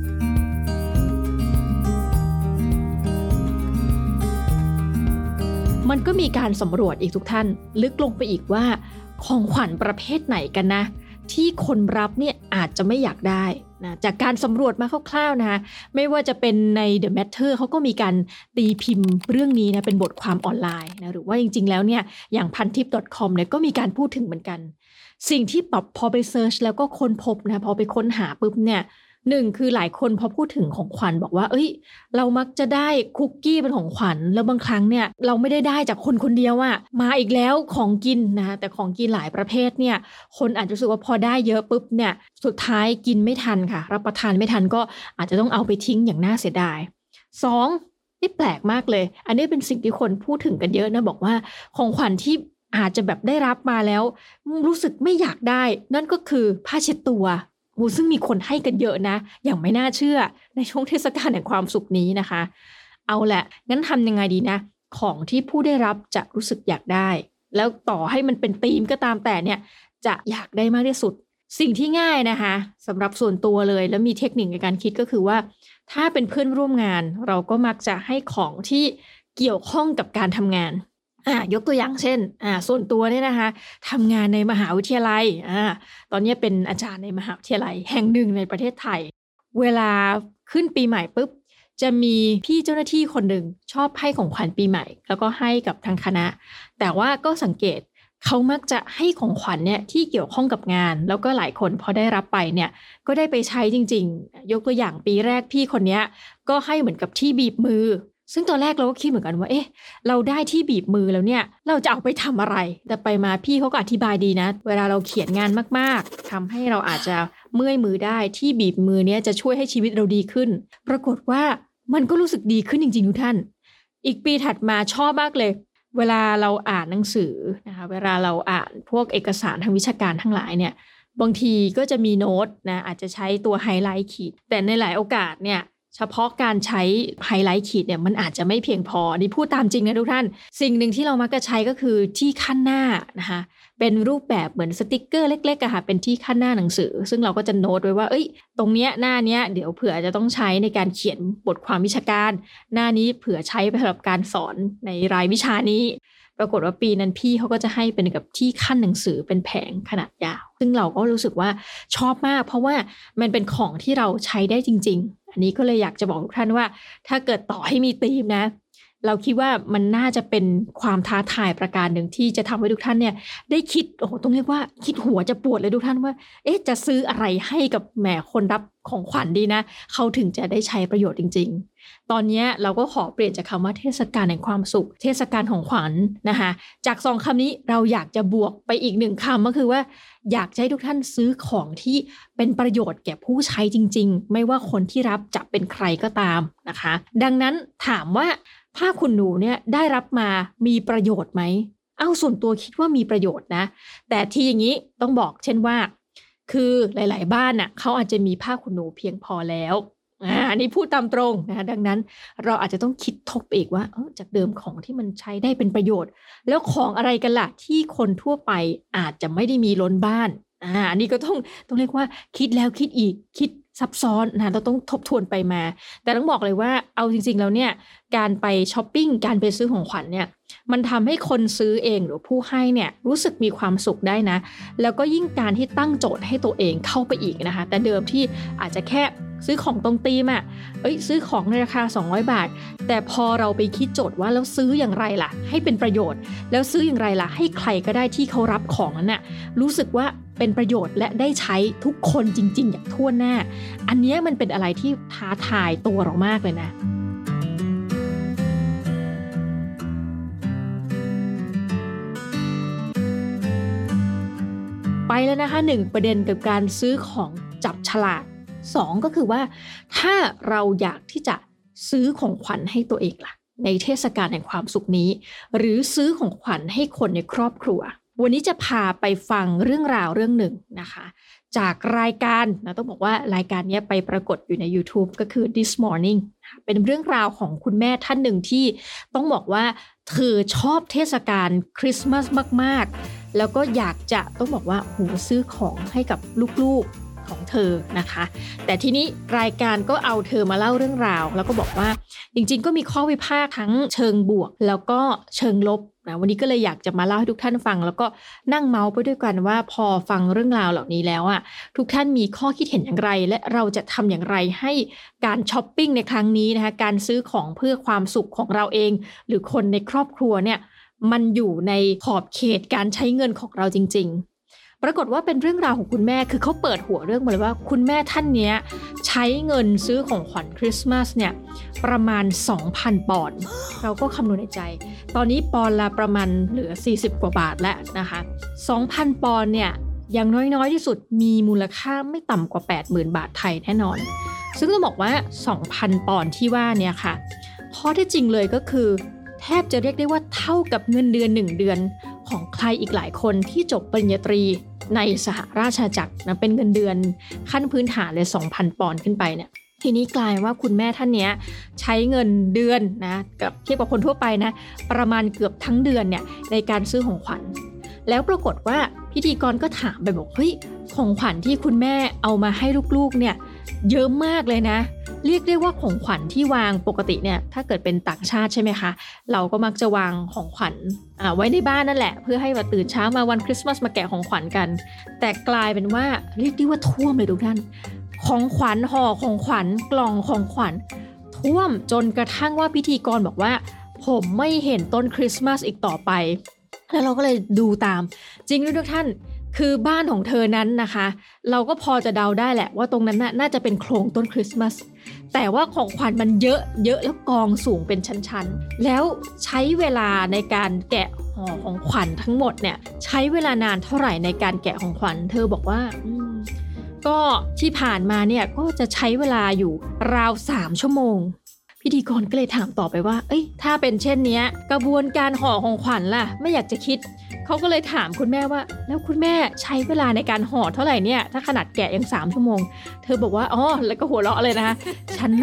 ๆมันก็มีการสำรวจอีกทุกท่านลึกลงไปอีกว่าของขวัญประเภทไหนกันนะที่คนรับเนี่ยอาจจะไม่อยากได้นะจากการสำรวจมาคร่าวๆนะคะไม่ว่าจะเป็นใน The Matter เขาก็มีการตีพิมพ์เรื่องนี้นะเป็นบทความออนไลน์นะหรือว่าจริงๆแล้วเนี่ยอย่างพันทิป .com เนี่ยก็มีการพูดถึงเหมือนกันสิ่งที่พอไปเซิร์ชแล้วก็ค้นพบนะพอไปค้นหาปุ๊บเนี่ย1คือหลายคนพอพูดถึงของขวัญบอกว่าเรามักจะได้คุกกี้เป็นของขวัญแล้วบางครั้งเนี่ยเราไม่ได้จากคนคนเดียวมาอีกแล้วของกินนะแต่ของกินหลายประเภทเนี่ยคนอาจจะรู้สึกว่าพอได้เยอะปุ๊บเนี่ยสุดท้ายกินไม่ทันค่ะรับประทานไม่ทันก็อาจจะต้องเอาไปทิ้งอย่างน่าเสียดาย2นี่แปลกมากเลยอันนี้เป็นสิ่งที่คนพูดถึงกันเยอะนะบอกว่าของขวัญที่อาจจะแบบได้รับมาแล้วรู้สึกไม่อยากได้นั่นก็คือผ้าเช็ดตัวซึ่งมีคนให้กันเยอะนะอย่างไม่น่าเชื่อในช่วงเทศกาลแห่งความสุขนี้นะคะเอาแหละงั้นทำยังไงดีนะของที่ผู้ได้รับจะรู้สึกอยากได้แล้วต่อให้มันเป็นธีมก็ตามแต่เนี่ยจะอยากได้มากที่สุดสิ่งที่ง่ายนะคะสำหรับส่วนตัวเลยแล้วมีเทคนิคในการคิดก็คือว่าถ้าเป็นเพื่อนร่วมงานเราก็มักจะให้ของที่เกี่ยวข้องกับการทำงานยกตัวอย่างเช่นส่วนตัวเนี่ยนะคะทำงานในมหาวิทยาลัยตอนนี้เป็นอาจารย์ในมหาวิทยาลัยแห่งหนึ่งในประเทศไทยเวลาขึ้นปีใหม่ปุ๊บจะมีพี่เจ้าหน้าที่คนหนึ่งชอบให้ของขวัญปีใหม่แล้วก็ให้กับทางคณะแต่ว่าก็สังเกตเขามักจะให้ของขวัญเนี่ยที่เกี่ยวข้องกับงานแล้วก็หลายคนพอได้รับไปเนี่ยก็ได้ไปใช้จริงๆยกตัวอย่างปีแรกพี่คนนี้ก็ให้เหมือนกับที่บีบมือซึ่งตอนแรกเราก็คิดเหมือนกันว่าเราได้ที่บีบมือแล้วเนี่ยเราจะเอาไปทำอะไรแต่ไปมาพี่เขาก็อธิบายดีนะเวลาเราเขียนงานมากๆทำให้เราอาจจะเมื่อยมือได้ที่บีบมือเนี่ยจะช่วยให้ชีวิตเราดีขึ้นปรากฏว่ามันก็รู้สึกดีขึ้นจริงๆทุกท่านอีกปีถัดมาชอบมากเลยเวลาเราอ่านหนังสือนะคะเวลาเราอ่านพวกเอกสารทางวิชาการทั้งหลายเนี่ยบางทีก็จะมีโน้ตนะอาจจะใช้ตัวไฮไลท์ขีดแต่ในหลายโอกาสเนี่ยเฉพาะการใช้ไฮไลท์ขีดเนี่ยมันอาจจะไม่เพียงพอนี่พูดตามจริงนะทุกท่านสิ่งหนึ่งที่เรามักจะใช้ก็คือที่ขั้นหน้านะคะเป็นรูปแบบเหมือนสติกเกอร์เล็กๆอะค่ะเป็นที่ขั้นหน้าหนังสือซึ่งเราก็จะโน้ตไว้ว่าตรงเนี้ยหน้าเนี้ยเดี๋ยวเผื่อจะต้องใช้ในการเขียนบทความวิชาการหน้านี้เผื่อใช้สำหรับการสอนในรายวิชานี้ปรากฏว่าปีนั้นพี่เขาก็จะให้เป็นกับที่ขั้นหนังสือเป็นแผงขนาดยาวซึ่งเราก็รู้สึกว่าชอบมากเพราะว่ามันเป็นของที่เราใช้ได้จริงๆอันนี้ก็เลยอยากจะบอกทุกท่านว่าถ้าเกิดต่อให้มีธีมนะเราคิดว่ามันน่าจะเป็นความท้าทายประการหนึ่งที่จะทำให้ทุกท่านเนี่ยได้คิดต้องเรียกว่าคิดหัวจะปวดเลยทุกท่านว่าจะซื้ออะไรให้กับแหมคนรับของขวัญดีนะเขาถึงจะได้ใช้ประโยชน์จริงๆตอนนี้เราก็ขอเปลี่ยนจากคำว่าเทศกาลแห่งความสุขเทศกาลของขวัญนะคะจาก2คำนี้เราอยากจะบวกไปอีก1คำก็คือว่าอยากให้ทุกท่านซื้อของที่เป็นประโยชน์แก่ผู้ใช้จริงๆไม่ว่าคนที่รับจะเป็นใครก็ตามนะคะดังนั้นถามว่าผ้าขนหนูเนี่ยได้รับมามีประโยชน์ไหมส่วนตัวคิดว่ามีประโยชน์นะแต่ที่อย่างนี้ต้องบอกเช่นว่าคือหลายๆบ้านน่ะเขาอาจจะมีผ้าขนหนูเพียงพอแล้วอันนี้พูดตามตรงนะดังนั้นเราอาจจะต้องคิดทบอีกว่าจากเดิมของที่มันใช้ได้เป็นประโยชน์แล้วของอะไรกันล่ะที่คนทั่วไปอาจจะไม่ได้มีล้นบ้านอันนี้ก็ต้องเรียกว่าคิดแล้วคิดอีกคิดซับซ้อนนะเราต้องทบทวนไปมาแต่ต้องบอกเลยว่าเอาจริงๆแล้วเนี่ยการไปช้อปปิ้งการไปซื้อของขวัญเนี่ยมันทำให้คนซื้อเองหรือผู้ให้เนี่ยรู้สึกมีความสุขได้นะแล้วก็ยิ่งการที่ตั้งโจทย์ให้ตัวเองเข้าไปอีกนะคะแต่เดิมที่อาจจะแค่ซื้อของตรงธีมซื้อของในราคา200 บาทแต่พอเราไปคิดโจทย์ว่าแล้วซื้ออย่างไรล่ะให้เป็นประโยชน์แล้วซื้ออย่างไรล่ะให้ใครก็ได้ที่เขารับของนั้นน่ะรู้สึกว่าเป็นประโยชน์และได้ใช้ทุกคนจริงๆอย่างทั่วหน้าอันนี้มันเป็นอะไรที่ท้าทายตัวเรามากเลยนะไปแล้วนะคะ1ประเด็นกับการซื้อของจับฉลาก2ก็คือว่าถ้าเราอยากที่จะซื้อของขวัญให้ตัวเองล่ะในเทศกาลแห่งความสุขนี้หรือซื้อของขวัญให้คนในครอบครัววันนี้จะพาไปฟังเรื่องราวเรื่องหนึ่งนะคะจากรายการนะต้องบอกว่ารายการนี้ไปปรากฏอยู่ใน YouTube ก็คือ This Morning เป็นเรื่องราวของคุณแม่ท่านหนึ่งที่ต้องบอกว่าเธอชอบเทศกาลคริสต์มาสมากๆแล้วก็อยากจะต้องบอกว่าซื้อของให้กับลูกๆของเธอนะคะแต่ทีนี้รายการก็เอาเธอมาเล่าเรื่องราวแล้วก็บอกว่าจริงๆก็มีข้อวิพากษ์ทั้งเชิงบวกแล้วก็เชิงลบนะวันนี้ก็เลยอยากจะมาเล่าให้ทุกท่านฟังแล้วก็นั่งเมาส์ไปด้วยกันว่าพอฟังเรื่องราวเหล่านี้แล้วทุกท่านมีข้อคิดเห็นอย่างไรและเราจะทำอย่างไรให้การช้อปปิ้งในครั้งนี้นะคะการซื้อของเพื่อความสุขของเราเองหรือคนในครอบครัวเนี่ยมันอยู่ในขอบเขตการใช้เงินของเราจริงๆปรากฏว่าเป็นเรื่องราวของคุณแม่คือเขาเปิดหัวเรื่องมาเลยว่าคุณแม่ท่านนี้ใช้เงินซื้อของขวัญคริสต์มาสเนี่ยประมาณ 2,000 ปอนด์เราก็คำนวณในใจตอนนี้ปอนด์ละประมาณเหลือ40กว่าบาทแล้วนะคะ 2,000 ปอนด์เนี่ยอย่างน้อยๆที่สุดมีมูลค่าไม่ต่ำกว่า 80,000 บาทไทยแน่นอนซึ่งต้องบอกว่า 2,000 ปอนด์ที่ว่าเนี่ยค่ะข้อที่จริงเลยก็คือแทบจะเรียกได้ว่าเท่ากับเงินเดือน1เดือนของใครอีกหลายคนที่จบปริญญาตรีในสหราชอาณาจักรนะเป็นเงินเดือนขั้นพื้นฐานเลย 2,000 ปอนด์ขึ้นไปเนี่ยทีนี้กลายว่าคุณแม่ท่านนี้ใช้เงินเดือนนะกับเทียบกับคนทั่วไปนะประมาณเกือบทั้งเดือนเนี่ยในการซื้อของขวัญแล้วปรากฏว่าพิธีกรก็ถามไปบอกของขวัญที่คุณแม่เอามาให้ลูกๆเนี่ยเยอะมากเลยนะเรียกได้ว่าของขวัญที่วางปกติเนี่ยถ้าเกิดเป็นต่างชาติใช่ไหมคะเราก็มักจะวางของขวัญไว้ในบ้านนั่นแหละเพื่อให้ตื่นเช้ามาวันคริสต์มาสมาแกะของขวัญกันแต่กลายเป็นว่าเรียกได้ว่าท่วมเลยทุกท่านของขวัญห่อของขวัญกล่องของขวัญท่วมจนกระทั่งว่าพิธีกรบอกว่าผมไม่เห็นต้นคริสต์มาสอีกต่อไปแล้วเราก็เลยดูตามจริงด้วยทุกท่านคือบ้านของเธอนั้นนะคะเราก็พอจะเดาได้แหละว่าตรงนั้นน่าจะเป็นโครงต้นคริสต์มาสแต่ว่าของขวัญมันเยอะแล้วกองสูงเป็นชั้นๆแล้วใช้เวลาในการแกะห่อของขวัญทั้งหมดเนี่ยใช้เวลานานเท่าไหร่ในการแกะของขวัญเธอบอกว่าก็ที่ผ่านมาเนี่ยก็จะใช้เวลาอยู่ราว3 ชั่วโมงพิธีกรก็เลยถามต่อไปว่าถ้าเป็นเช่นนี้กระบวนการห่อของขวัญล่ะไม่อยากจะคิดเขาก็เลยถามคุณแม่ว่าแล้วคุณแม่ใช้เวลาในการห่อเท่าไหร่เนี่ยถ้าขนาดแกะยัง3 ชั่วโมงเธอบอกว่าแล้วก็หัวเราะเลยนะคะฉันน่ะ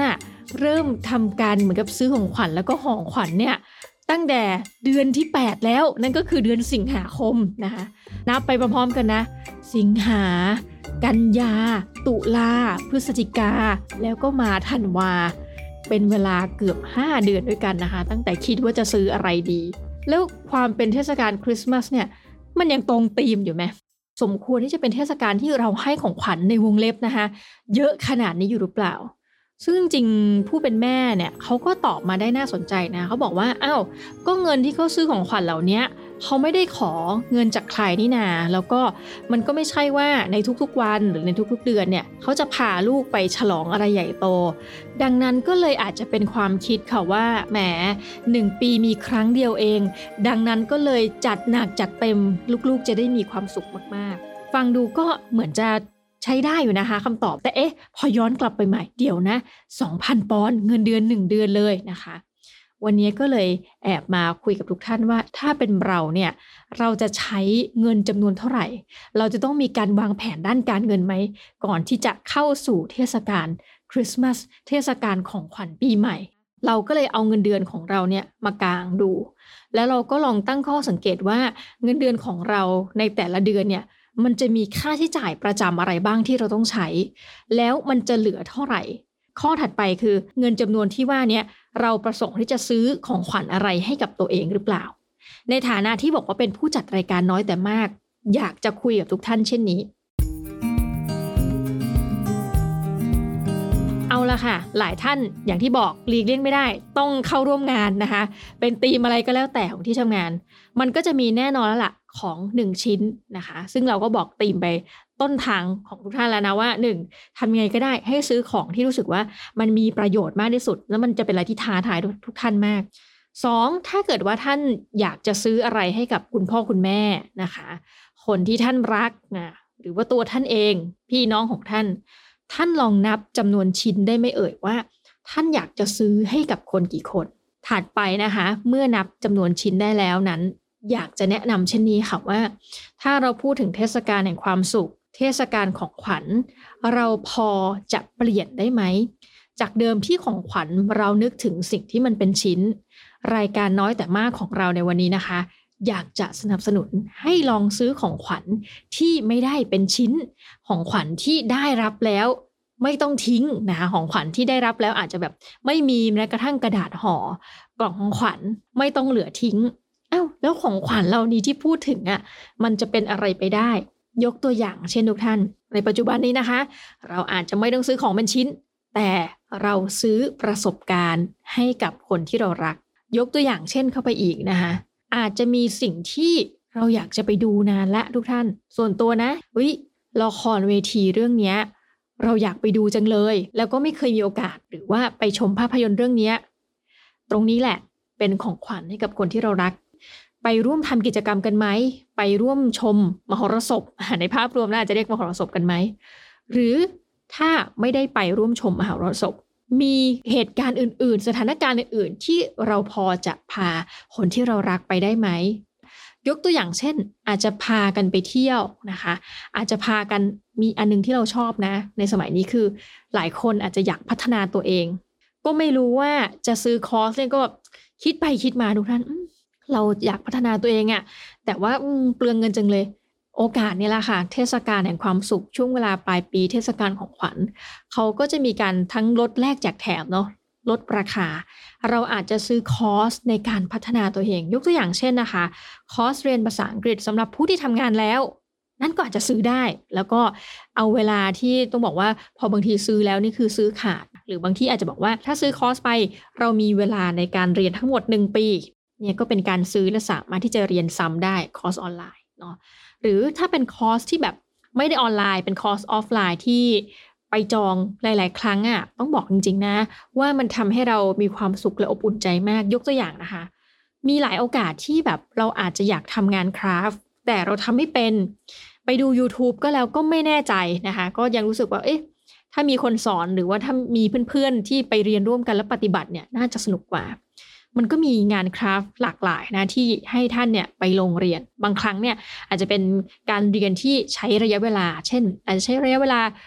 เริ่มทำการเหมือนกับซื้อของขวัญแล้วก็ห่อขวัญเนี่ยตั้งแต่เดือนที่8แล้วนั่นก็คือเดือนสิงหาคมนะคะนับไปพร้อมๆกันนะสิงหากันยาตุลาพฤศจิกาแล้วก็มาธันวาเป็นเวลาเกือบ5เดือนด้วยกันนะคะตั้งแต่คิดว่าจะซื้ออะไรดีแล้วความเป็นเทศกาลคริสต์มาสเนี่ยมันยังตรงธีมอยู่ไหมสมควรที่จะเป็นเทศกาลที่เราให้ของขวัญในวงเล็บนะคะเยอะขนาดนี้อยู่หรือเปล่าซึ่งจริงๆผู้เป็นแม่เนี่ยเขาก็ตอบมาได้น่าสนใจนะเขาบอกว่าอ้าวก็เงินที่เขาซื้อของขวัญเหล่านี้เขาไม่ได้ขอเงินจากใครนี่นาแล้วก็มันก็ไม่ใช่ว่าในทุกๆวันหรือในทุกๆเดือนเนี่ยเขาจะพาลูกไปฉลองอะไรใหญ่โตดังนั้นก็เลยอาจจะเป็นความคิดค่ะว่าแหม1 ปีมีครั้งเดียวเองดังนั้นก็เลยจัดหนักจัดเต็มลูกๆจะได้มีความสุขมากๆฟังดูก็เหมือนจะใช้ได้อยู่นะคะคำตอบแต่พอย้อนกลับไปใหม่เดี๋ยวนะ 2,000 ปอนด์เงินเดือน1 เดือนเลยนะคะวันนี้ก็เลยแอบมาคุยกับทุกท่านว่าถ้าเป็นเราเนี่ยเราจะใช้เงินจำนวนเท่าไหร่เราจะต้องมีการวางแผนด้านการเงินไหมก่อนที่จะเข้าสู่เทศกาลคริสต์มาสเทศกาลของขวัญปีใหม่เราก็เลยเอาเงินเดือนของเราเนี่ยมากางดูแล้วเราก็ลองตั้งข้อสังเกตว่าเงินเดือนของเราในแต่ละเดือนเนี่ยมันจะมีค่าใช้จ่ายประจำอะไรบ้างที่เราต้องใช้แล้วมันจะเหลือเท่าไหร่ข้อถัดไปคือเงินจำนวนที่ว่านี้เราประสงค์ที่จะซื้อของขวัญอะไรให้กับตัวเองหรือเปล่าในฐานะที่บอกว่าเป็นผู้จัดรายการน้อยแต่มากอยากจะคุยกับทุกท่านเช่นนี้เอาละค่ะหลายท่านอย่างที่บอกหลีกเลี่ยงไม่ได้ต้องเข้าร่วมงานนะคะเป็นธีมอะไรก็แล้วแต่ของที่ทำงานมันก็จะมีแน่นอนแล้วล่ะของ1ชิ้นนะคะซึ่งเราก็บอกธีมไปต้นทางของทุกท่านแล้วนะว่า1ทำยังไงก็ได้ให้ซื้อของที่รู้สึกว่ามันมีประโยชน์มากที่สุดแล้วมันจะเป็นอะไรที่ท้าทายทุกท่านมาก2ถ้าเกิดว่าท่านอยากจะซื้ออะไรให้กับคุณพ่อคุณแม่นะคะคนที่ท่านรักนะหรือว่าตัวท่านเองพี่น้องของท่านลองนับจำนวนชิ้นได้ไหมเอ่ยว่าท่านอยากจะซื้อให้กับคนกี่คนถัดไปนะคะเมื่อนับจำนวนชิ้นได้แล้วนั้นอยากจะแนะนำเช่นนี้ค่ะว่าถ้าเราพูดถึงเทศกาลแห่งความสุขเทศกาลของขวัญเราพอจะเปลี่ยนได้ไหมจากเดิมที่ของขวัญเรานึกถึงสิ่งที่มันเป็นชิ้นรายการน้อยแต่มากของเราในวันนี้นะคะอยากจะสนับสนุนให้ลองซื้อของขวัญที่ไม่ได้เป็นชิ้นของขวัญที่ได้รับแล้วไม่ต้องทิ้งนะคะของขวัญที่ได้รับแล้วอาจจะแบบไม่มีแม้กระทั่งกระดาษห่อกล่องของขวัญไม่ต้องเหลือทิ้งแล้วของขวัญเหล่านี้ที่พูดถึงมันจะเป็นอะไรไปได้ยกตัวอย่างเช่นทุกท่านในปัจจุบันนี้นะคะเราอาจจะไม่ต้องซื้อของเป็นชิ้นแต่เราซื้อประสบการณ์ให้กับคนที่เรารักยกตัวอย่างเช่นเข้าไปอีกนะคะอาจจะมีสิ่งที่เราอยากจะไปดูนานและทุกท่านส่วนตัวนะละครเวทีเรื่องนี้เราอยากไปดูจังเลยแล้วก็ไม่เคยมีโอกาสหรือว่าไปชมภาพยนตร์เรื่องนี้ตรงนี้แหละเป็นของขวัญให้กับคนที่เรารักไปร่วมทำกิจกรรมกันไหมไปร่วมชมมหรสพในภาพรวมน่าจะเรียกมหรสพกันไหมหรือถ้าไม่ได้ไปร่วมชมมหรสพมีเหตุการณ์อื่นๆสถานการณ์อื่นๆที่เราพอจะพาคนที่เรารักไปได้ไหมยกตัวอย่างเช่นอาจจะพากันไปเที่ยวนะคะอาจจะพากันมีอันนึงที่เราชอบนะในสมัยนี้คือหลายคนอาจจะอยากพัฒนาตัวเองก็ไม่รู้ว่าจะซื้อคอร์สเนี่ยก็คิดไปคิดมาทุกท่านเราอยากพัฒนาตัวเองแต่ว่าเปลืองเงินจังเลยโอกาสนี่แหละค่ะเทศกาลแห่งความสุขช่วงเวลาปลายปีเทศกาลของขวัญเขาก็จะมีการทั้งลดแลกแจกแถมเนาะลดราคาเราอาจจะซื้อคอร์สในการพัฒนาตัวเองยกตัวอย่างเช่นนะคะคอร์สเรียนภาษาอังกฤษสำหรับผู้ที่ทำงานแล้วนั่นก็อาจจะซื้อได้แล้วก็เอาเวลาที่ต้องบอกว่าพอบางทีซื้อแล้วนี่คือซื้อขาดหรือบางที่อาจจะบอกว่าถ้าซื้อคอร์สไปเรามีเวลาในการเรียนทั้งหมด1 ปีเนี่ยก็เป็นการซื้อและสามารถที่จะเรียนซ้ำได้คอร์สออนไลน์เนาะหรือถ้าเป็นคอร์สที่แบบไม่ได้ออนไลน์เป็นคอร์สออฟไลน์ที่ไปจองหลายๆครั้งต้องบอกจริงๆนะว่ามันทำให้เรามีความสุขและอบอุ่นใจมากยกตัวอย่างนะคะมีหลายโอกาสที่แบบเราอาจจะอยากทำงานคราฟต์แต่เราทำไม่เป็นไปดู YouTube ก็แล้วก็ไม่แน่ใจนะคะก็ยังรู้สึกว่าถ้ามีคนสอนหรือว่าถ้ามีเพื่อนๆที่ไปเรียนร่วมกันและปฏิบัติเนี่ยน่าจะสนุกกว่ามันก็มีงานคราฟต์หลากหลายนะที่ให้ท่านเนี่ยไปลงเรียนบางครั้งเนี่ยอาจจะเป็นการเรียนที่ใช้ระยะเวลาเช่นอาจจะใช้ระยะเวลา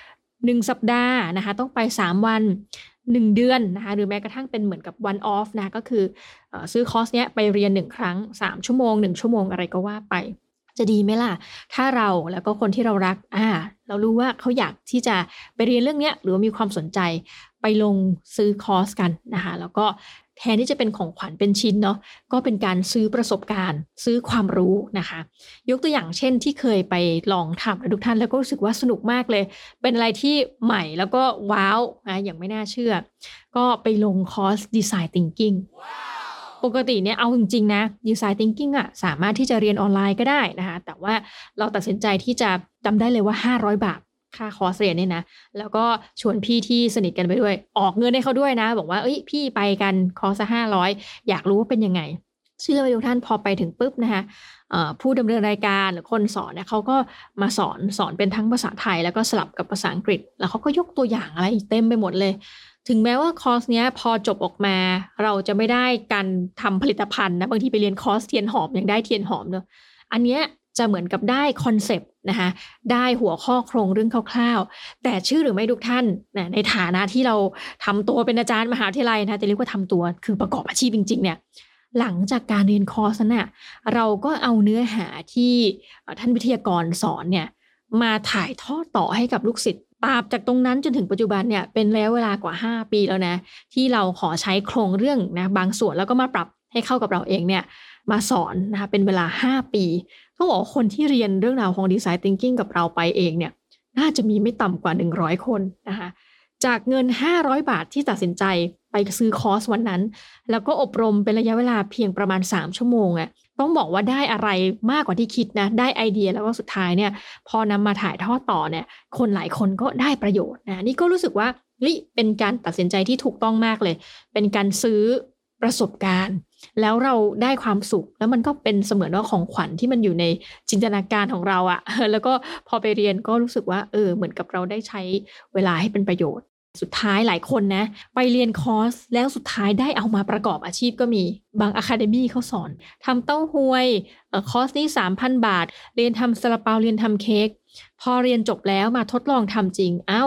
1สัปดาห์นะคะต้องไป3วัน1เดือนนะคะหรือแม้กระทั่งเป็นเหมือนกับ one off นะก็คือซื้อคอร์สเนี้ยไปเรียน1ครั้ง3ชั่วโมง1ชั่วโมงอะไรก็ว่าไปจะดีไหมล่ะถ้าเราแล้วก็คนที่เรารักเรารู้ว่าเขาอยากที่จะไปเรียนเรื่องเนี้ยหรือว่ามีความสนใจไปลงซื้อคอร์สกันนะคะแล้วก็แทนที่จะเป็นของขวัญเป็นชิ้นเนาะก็เป็นการซื้อประสบการณ์ซื้อความรู้นะคะยกตัวอย่างเช่นที่เคยไปลองทำนะทุกท่านแล้วก็รู้สึกว่าสนุกมากเลยเป็นอะไรที่ใหม่แล้วก็ว้าวนะอย่างไม่น่าเชื่อก็ไปลงคอร์ส Design Thinking ปกติเนี่ยเอาจริงๆนะ Design Thinking สามารถที่จะเรียนออนไลน์ก็ได้นะคะแต่ว่าเราตัดสินใจที่จะจำได้เลยว่า500 บาทค่าคอร์สเรียนเนี่ยนะแล้วก็ชวนพี่ที่สนิทกันไปด้วยออกเงินให้เขาด้วยนะบอกว่าพี่ไปกันคอร์ส500อยากรู้ว่าเป็นยังไงเชื่อไหมทุกท่านพอไปถึงปุ๊บนะคะผู้ดำเนินรายการหรือคนสอนเนี่ยเขาก็มาสอนเป็นทั้งภาษาไทยแล้วก็สลับกับภาษาอังกฤษแล้วเขาก็ยกตัวอย่างอะไรเต็มไปหมดเลยถึงแม้ว่าคอร์สเนี้ยพอจบออกมาเราจะไม่ได้การทำผลิตภัณฑ์นะบางทีไปเรียนคอร์สเทียนหอมยังได้เทียนหอมเนอะอันเนี้ยจะเหมือนกับได้คอนเซปต์นะคะได้หัวข้อโครงเรื่องคร่าวๆแต่ชื่อหรือไม่ทุกท่านนะในฐานะที่เราทำตัวเป็นอาจารย์มหาวิทยาลัยนะจะเรียกว่าทำตัวคือประกอบอาชีพจริงๆเนี่ยหลังจากการเรียนคอร์สนั้นน่ะเราก็เอาเนื้อหาที่ท่านวิทยากรสอนเนี่ยมาถ่ายทอดต่อให้กับลูกศิษย์ตราบจากตรงนั้นจนถึงปัจจุบันเนี่ยเป็นระยะเวลากว่า5ปีแล้วนะที่เราขอใช้โครงเรื่องนะบางส่วนแล้วก็มาปรับให้เข้ากับเราเองเนี่ยมาสอนนะคะเป็นเวลา5ปีต้องบอกว่าคนที่เรียนเรื่องราวของ Design Thinking กับเราไปเองเนี่ยน่าจะมีไม่ต่ำกว่า100คนนะคะจากเงิน500 บาทที่ตัดสินใจไปซื้อคอร์สวันนั้นแล้วก็อบรมเป็นระยะเวลาเพียงประมาณ3ชั่วโมงต้องบอกว่าได้อะไรมากกว่าที่คิดนะได้ไอเดียแล้วก็สุดท้ายเนี่ยพอนำมาถ่ายทอดต่อเนี่ยคนหลายคนก็ได้ประโยชน์นะนี่ก็รู้สึกว่าเป็นการตัดสินใจที่ถูกต้องมากเลยเป็นการซื้อประสบการณ์แล้วเราได้ความสุขแล้วมันก็เป็นเสมือนว่าของขวัญที่มันอยู่ในจินตนาการของเราแล้วก็พอไปเรียนก็รู้สึกว่าเหมือนกับเราได้ใช้เวลาให้เป็นประโยชน์สุดท้ายหลายคนนะไปเรียนคอร์สแล้วสุดท้ายได้เอามาประกอบอาชีพก็มีบางอะคาเดมี่เขาสอนทำเต้าหวยคอร์สนี้ 3,000 บาทเรียนทำซาลาเปาเรียนทำเค้กพอเรียนจบแล้วมาทดลองทำจริง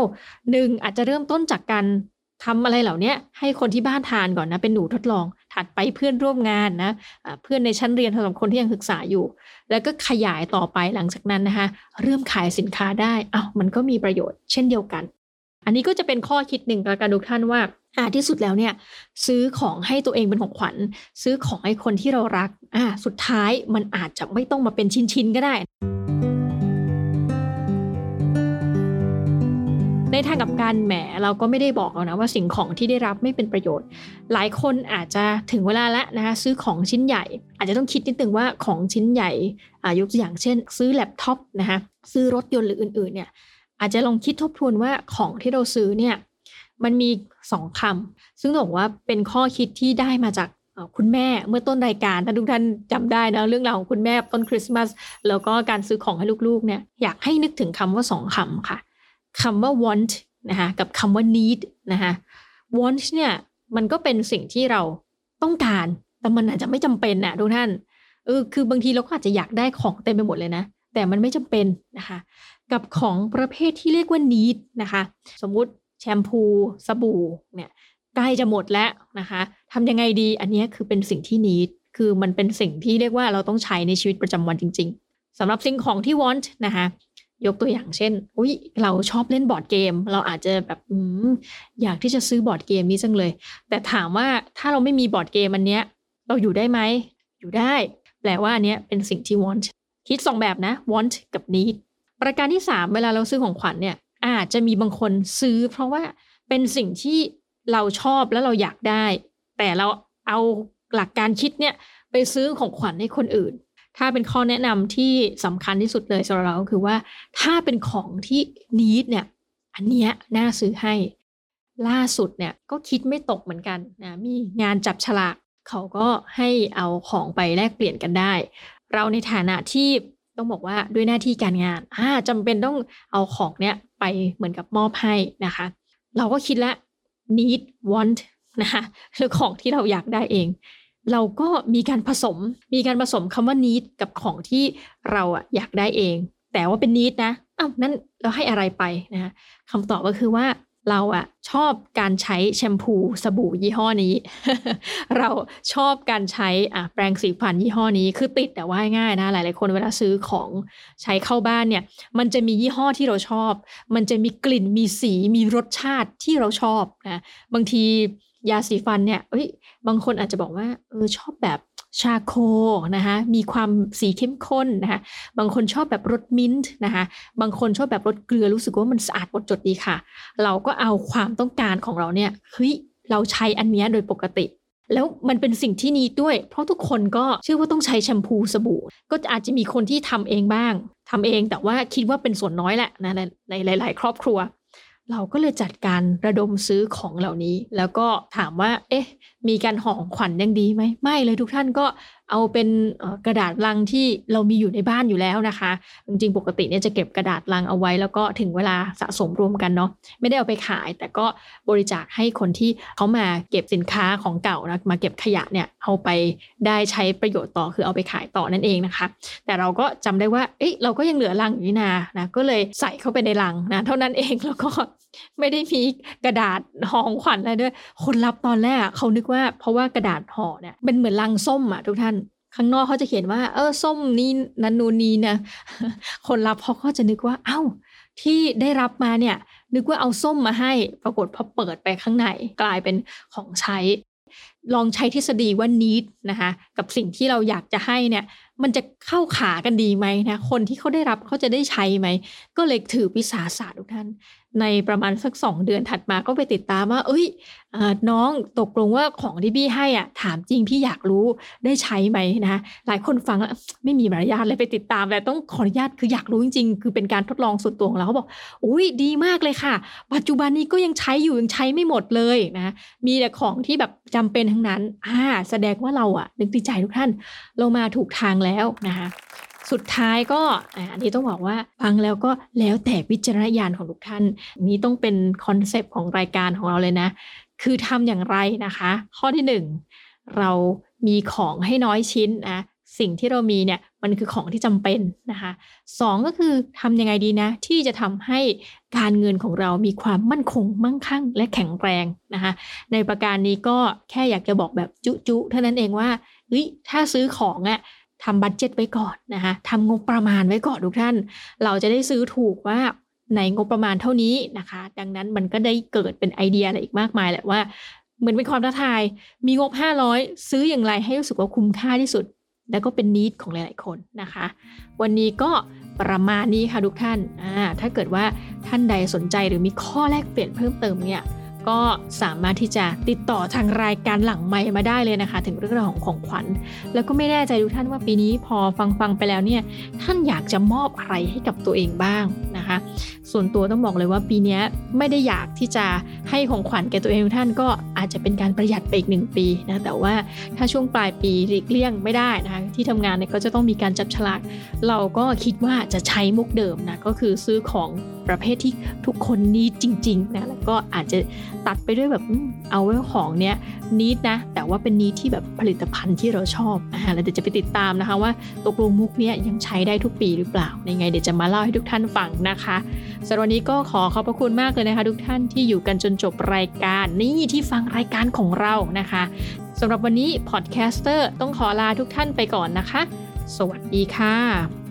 1อาจจะเริ่มต้นจากการทำอะไรเหล่านี้ให้คนที่บ้านทานก่อนนะเป็นหนูทดลองถัดไปเพื่อนร่วมงานนะเพื่อนในชั้นเรียนสำหรับคนที่ยังศึกษาอยู่แล้วก็ขยายต่อไปหลังจากนั้นนะคะเริ่มขายสินค้าได้มันก็มีประโยชน์เช่นเดียวกันอันนี้ก็จะเป็นข้อคิดหนึ่งกับการทุกท่านว่าที่สุดแล้วเนี่ยซื้อของให้ตัวเองเป็นของขวัญซื้อของให้คนที่เรารักสุดท้ายมันอาจจะไม่ต้องมาเป็นชิ้นๆก็ได้ในทางกับการแหมเราก็ไม่ได้บอกเอานะว่าสิ่งของที่ได้รับไม่เป็นประโยชน์หลายคนอาจจะถึงเวลาแล้วนะคะซื้อของชิ้นใหญ่อาจจะต้องคิดนิดนึงว่าของชิ้นใหญ่ยกตัวอย่างเช่นซื้อแล็ปท็อปนะคะซื้อรถยนต์หรืออื่นๆเนี่ยอาจจะลองคิดทบทวนว่าของที่เราซื้อเนี่ยมันมี2คำซึ่งบอกว่าเป็นข้อคิดที่ได้มาจากคุณแม่เมื่อต้นรายการถ้าทุกท่านจำได้นะเรื่องราวของคุณแม่ต้นคริสต์มาสแล้วก็การซื้อของให้ลูกๆเนี่ยอยากให้นึกถึงคำว่า2คำค่ะคำว่า want นะคะกับคำว่า need นะคะ want เนี่ยมันก็เป็นสิ่งที่เราต้องการแต่มันอาจจะไม่จำเป็นทุกท่านคือบางทีเราก็อาจจะอยากได้ของเต็มไปหมดเลยนะแต่มันไม่จำเป็นนะคะกับของประเภทที่เรียกว่า need นะคะสมมุติแชมพูสบู่เนี่ยใกล้จะหมดแล้วนะคะทำยังไงดีอันนี้คือเป็นสิ่งที่ need คือมันเป็นสิ่งที่เรียกว่าเราต้องใช้ในชีวิตประจำวันจริงๆสำหรับสิ่งของที่ want นะคะยกตัวอย่างเช่นเราชอบเล่นบอร์ดเกมเราอาจจะแบบอยากที่จะซื้อบอร์ดเกมนี้จังเลยแต่ถามว่าถ้าเราไม่มีบอร์ดเกมอันเนี้ยเราอยู่ได้ไหมอยู่ได้แปลว่าอันเนี้ยเป็นสิ่งที่ want คิด2แบบนะ want กับ need ประการที่3เวลาเราซื้อของขวัญเนี่ยอาจจะมีบางคนซื้อเพราะว่าเป็นสิ่งที่เราชอบแล้วเราอยากได้แต่เราเอาหลักการคิดเนี่ยไปซื้อของขวัญให้คนอื่นถ้าเป็นข้อแนะนำที่สำคัญที่สุดเลยสำหรับเราก็คือว่าถ้าเป็นของที่ need เนี่ยอันเนี้ยน่าซื้อให้ล่าสุดเนี่ยก็คิดไม่ตกเหมือนกันนะมีงานจับฉลากเขาก็ให้เอาของไปแลกเปลี่ยนกันได้เราในฐานะที่ต้องบอกว่าด้วยหน้าที่การงานจำเป็นต้องเอาของเนี้ยไปเหมือนกับมอบให้นะคะเราก็คิดแล้ว need want นะคะหรือของที่เราอยากได้เองเราก็มีการผสมคำว่า need กับของที่เราอยากได้เองแต่ว่าเป็น need นะนั่นเราให้อะไรไปนะคะคำตอบก็คือว่าเราชอบการใช้แชมพูสบู่ยี่ห้อนี้ เราชอบการใช้แปรงสีฟันยี่ห้อนี้คือติดแต่ว่าง่ายนะหลายๆคนเวลาซื้อของใช้เข้าบ้านเนี่ยมันจะมียี่ห้อที่เราชอบมันจะมีกลิ่นมีสีมีรสชาติที่เราชอบนะบางทียาสีฟันเนี่ยบางคนอาจจะบอกว่าชอบแบบชาโคนะคะมีความสีเข้มข้นนะคะบางคนชอบแบบรสมิ้นท์นะคะบางคนชอบแบบรสเกลือรู้สึกว่ามันสะอาดหมดจดดีค่ะเราก็เอาความต้องการของเราเนี่ยเราใช้อันเนี้ยโดยปกติแล้วมันเป็นสิ่งที่นี้ด้วยเพราะทุกคนก็เชื่อว่าต้องใช้แชมพูสบู่ก็อาจจะมีคนที่ทำเองบ้างทำเองแต่ว่าคิดว่าเป็นส่วนน้อยแหละนะในหลายๆครอบครัวเราก็เลยจัดการระดมซื้อของเหล่านี้แล้วก็ถามว่ามีการห่อของขวัญยังดีไหมไม่เลยทุกท่านก็เอาเป็นกระดาษลังที่เรามีอยู่ในบ้านอยู่แล้วนะคะจริงๆปกติเนี่ยจะเก็บกระดาษลังเอาไว้แล้วก็ถึงเวลาสะสมรวมกันเนาะไม่ได้เอาไปขายแต่ก็บริจาคให้คนที่เขามาเก็บสินค้าของเก่านะมาเก็บขยะเนี่ยเอาไปได้ใช้ประโยชน์ต่อคือเอาไปขายต่อนั่นเองนะคะแต่เราก็จำได้ว่าเราก็ยังเหลือลังอยู่นี่นะก็เลยใส่เข้าไปในลังนะเท่านั้นเองแล้วก็ไม่ได้มีกระดาษห่อของขวัญอะไรด้วยคนรับตอนแรกเขานึกว่าเพราะว่ากระดาษห่อเนี่ยเป็นเหมือนลังส้มทุกท่านข้างนอกเขาจะเขียนว่าส้มนี่นันนูนนี้นะคนรับเขาก็จะนึกว่าที่ได้รับมาเนี่ยนึกว่าเอาส้มมาให้ปรากฏพอเปิดไปข้างในกลายเป็นของใช้ลองใช้ทฤษฎีว่า need นะคะกับสิ่งที่เราอยากจะให้เนี่ยมันจะเข้าขากันดีไหมนะคนที่เขาได้รับเขาจะได้ใช้ไหมก็เลยถือวิสาสะทุกท่านในประมาณสัก2 เดือนถัดมาก็ไปติดตามว่าน้องตกลงว่าของที่พี่ให้ถามจริงพี่อยากรู้ได้ใช้ไหมนะหลายคนฟังแล้วไม่มีมารยาทเลยไปติดตามแต่ต้องขออนุญาตคืออยากรู้จริงๆคือเป็นการทดลองส่วนตัวของเราเขาบอกดีมากเลยค่ะปัจจุบันนี้ก็ยังใช้อยู่ยังใช้ไม่หมดเลยนะมีแต่ของที่แบบจำเป็นทั้งนั้นแสดงว่าเรานึกดีใจทุกท่านเรามาถูกทางแล้วนะคะสุดท้ายก็อันนี้ต้องบอกว่าฟังแล้วก็แล้วแต่วิจารณญาณของทุกท่านนี้ต้องเป็นคอนเซปต์ของรายการของเราเลยนะคือทำอย่างไรนะคะข้อที่1เรามีของให้น้อยชิ้นนะสิ่งที่เรามีเนี่ยมันคือของที่จำเป็นนะคะ2ก็คือทำยังไงดีนะที่จะทำให้การเงินของเรามีความมั่นคงมั่งคั่งและแข็งแรงนะคะในประการนี้ก็แค่อยากจะบอกแบบจุเท่านั้นเองว่าถ้าซื้อของทำบัดเจ็ตไว้ก่อนนะคะทำงบประมาณไว้ก่อนทุกท่านเราจะได้ซื้อถูกว่าในงบประมาณเท่านี้นะคะดังนั้นมันก็ได้เกิดเป็นไอเดียอะไรอีกมากมายแหละว่าเหมือนเป็นความท้าทายมีงบ500ซื้ออย่างไรให้รู้สึกว่าคุ้มค่าที่สุดแล้วก็เป็นนีดของหลายๆคนนะคะวันนี้ก็ประมาณนี้ค่ะทุกท่านถ้าเกิดว่าท่านใดสนใจหรือมีข้อแลกเปลี่ยนเพิ่มเติมเนี่ยก็สามารถที่จะติดต่อทางรายการหลังไมค์มาได้เลยนะคะถึงเรื่องราวของขวัญแล้วก็ไม่แน่ใจทุกท่านว่าปีนี้พอฟังไปแล้วเนี่ยท่านอยากจะมอบอะไรให้กับตัวเองบ้างนะคะส่วนตัวต้องบอกเลยว่าปีนี้ไม่ได้อยากที่จะให้ของขวัญแก่ตัวเองทุกท่านก็อาจจะเป็นการประหยัดไปอีก1 ปีนะแต่ว่าถ้าช่วงปลายปีหลีกเลี่ยงไม่ได้นะคะที่ทำงานเนี่ยก็จะต้องมีการจับฉลากเราก็คิดว่าจะใช้มุกเดิมนะก็คือซื้อของประเภทที่ทุกคนneedจริงๆนะแล้วก็อาจจะตัดไปด้วยแบบเอาไว้ของเนี้ยneedนะแต่ว่าเป็นneedที่แบบผลิตภัณฑ์ที่เราชอบแล้วเดี๋ยวจะไปติดตามนะคะว่าตกลงมุกเนี้ยยังใช้ได้ทุกปีหรือเปล่ายังไงเดี๋ยวจะมาเล่าให้ทุกท่านฟังนะคะสำหรับวันนี้ก็ขอบพระคุณมากเลยนะคะทุกท่านที่อยู่กันจนจบรายการนี่ที่ฟังรายการของเรานะคะสำหรับวันนี้พอดแคสเตอร์ต้องขอลาทุกท่านไปก่อนนะคะสวัสดีค่ะ